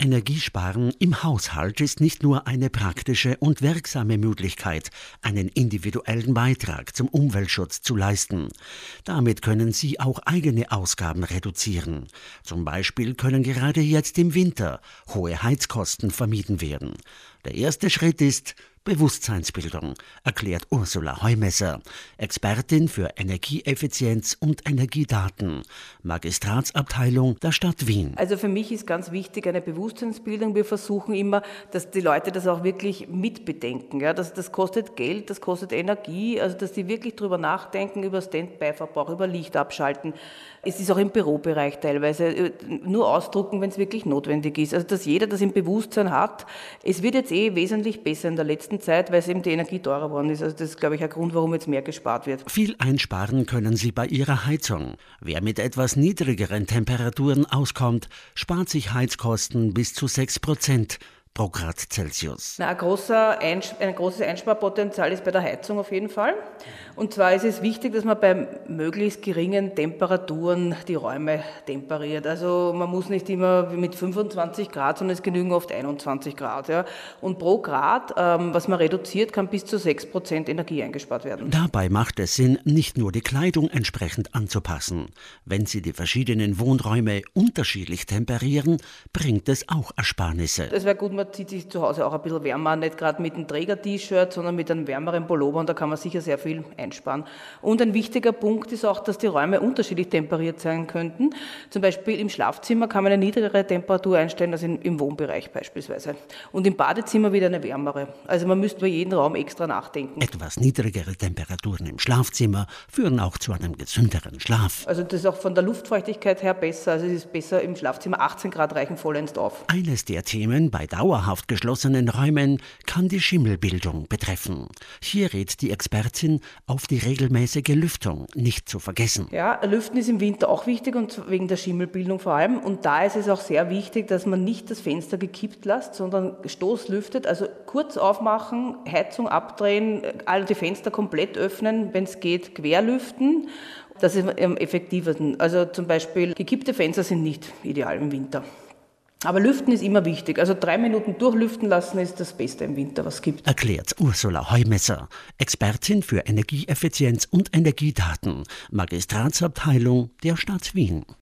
Energiesparen im Haushalt ist nicht nur eine praktische und wirksame Möglichkeit, einen individuellen Beitrag zum Umweltschutz zu leisten. Damit können Sie auch eigene Ausgaben reduzieren. Zum Beispiel können gerade jetzt im Winter hohe Heizkosten vermieden werden. Der erste Schritt ist Bewusstseinsbildung, erklärt Ursula Heumesser, Expertin für Energieeffizienz und Energiedaten, Magistratsabteilung der Stadt Wien. Also für mich ist ganz wichtig eine Bewusstseinsbildung. Wir versuchen immer, dass die Leute das auch wirklich mitbedenken. Ja, das kostet Geld, das kostet Energie, also dass die wirklich drüber nachdenken, über Standby-Verbrauch, über Licht abschalten. Es ist auch im Bürobereich teilweise nur ausdrucken, wenn es wirklich notwendig ist. Also dass jeder das im Bewusstsein hat. Es wird jetzt wesentlich besser in der letzten Zeit, weil es eben die Energie teurer geworden ist. Also das ist, glaube ich, ein Grund, warum jetzt mehr gespart wird. Viel einsparen können Sie bei Ihrer Heizung. Wer mit etwas niedrigeren Temperaturen auskommt, spart sich Heizkosten bis zu 6% pro Grad Celsius. Ein großes Einsparpotenzial ist bei der Heizung auf jeden Fall. Und zwar ist es wichtig, dass man bei möglichst geringen Temperaturen die Räume temperiert. Also man muss nicht immer mit 25 Grad, sondern es genügen oft 21 Grad. Ja. Und pro Grad, was man reduziert, kann bis zu 6% Energie eingespart werden. Dabei macht es Sinn, nicht nur die Kleidung entsprechend anzupassen. Wenn Sie die verschiedenen Wohnräume unterschiedlich temperieren, bringt es auch Ersparnisse. Es wäre gut, man zieht sich zu Hause auch ein bisschen wärmer an, nicht gerade mit einem Träger-T-Shirt, sondern mit einem wärmeren Pullover, und da kann man sicher sehr viel einsparen. Und ein wichtiger Punkt ist auch, dass die Räume unterschiedlich temperiert sein könnten. Zum Beispiel im Schlafzimmer kann man eine niedrigere Temperatur einstellen als im Wohnbereich beispielsweise. Und im Badezimmer wieder eine wärmere. Also man müsste bei jedem Raum extra nachdenken. Etwas niedrigere Temperaturen im Schlafzimmer führen auch zu einem gesünderen Schlaf. Also das ist auch von der Luftfeuchtigkeit her besser. Also es ist besser im Schlafzimmer, 18 Grad reichen vollends auf. Eines der Themen bei dauerhaft geschlossenen Räumen kann die Schimmelbildung betreffen. Hier rät die Expertin, auf die regelmäßige Lüftung nicht zu vergessen. Ja, Lüften ist im Winter auch wichtig, und wegen der Schimmelbildung vor allem. Und da ist es auch sehr wichtig, dass man nicht das Fenster gekippt lässt, sondern stoßlüftet. Also kurz aufmachen, Heizung abdrehen, alle die Fenster komplett öffnen, wenn es geht, querlüften. Das ist am effektivsten. Also zum Beispiel gekippte Fenster sind nicht ideal im Winter. Aber Lüften ist immer wichtig. Also 3 Minuten durchlüften lassen ist das Beste im Winter, was es gibt. Erklärt Ursula Heumesser, Expertin für Energieeffizienz und Energiedaten, Magistratsabteilung der Stadt Wien.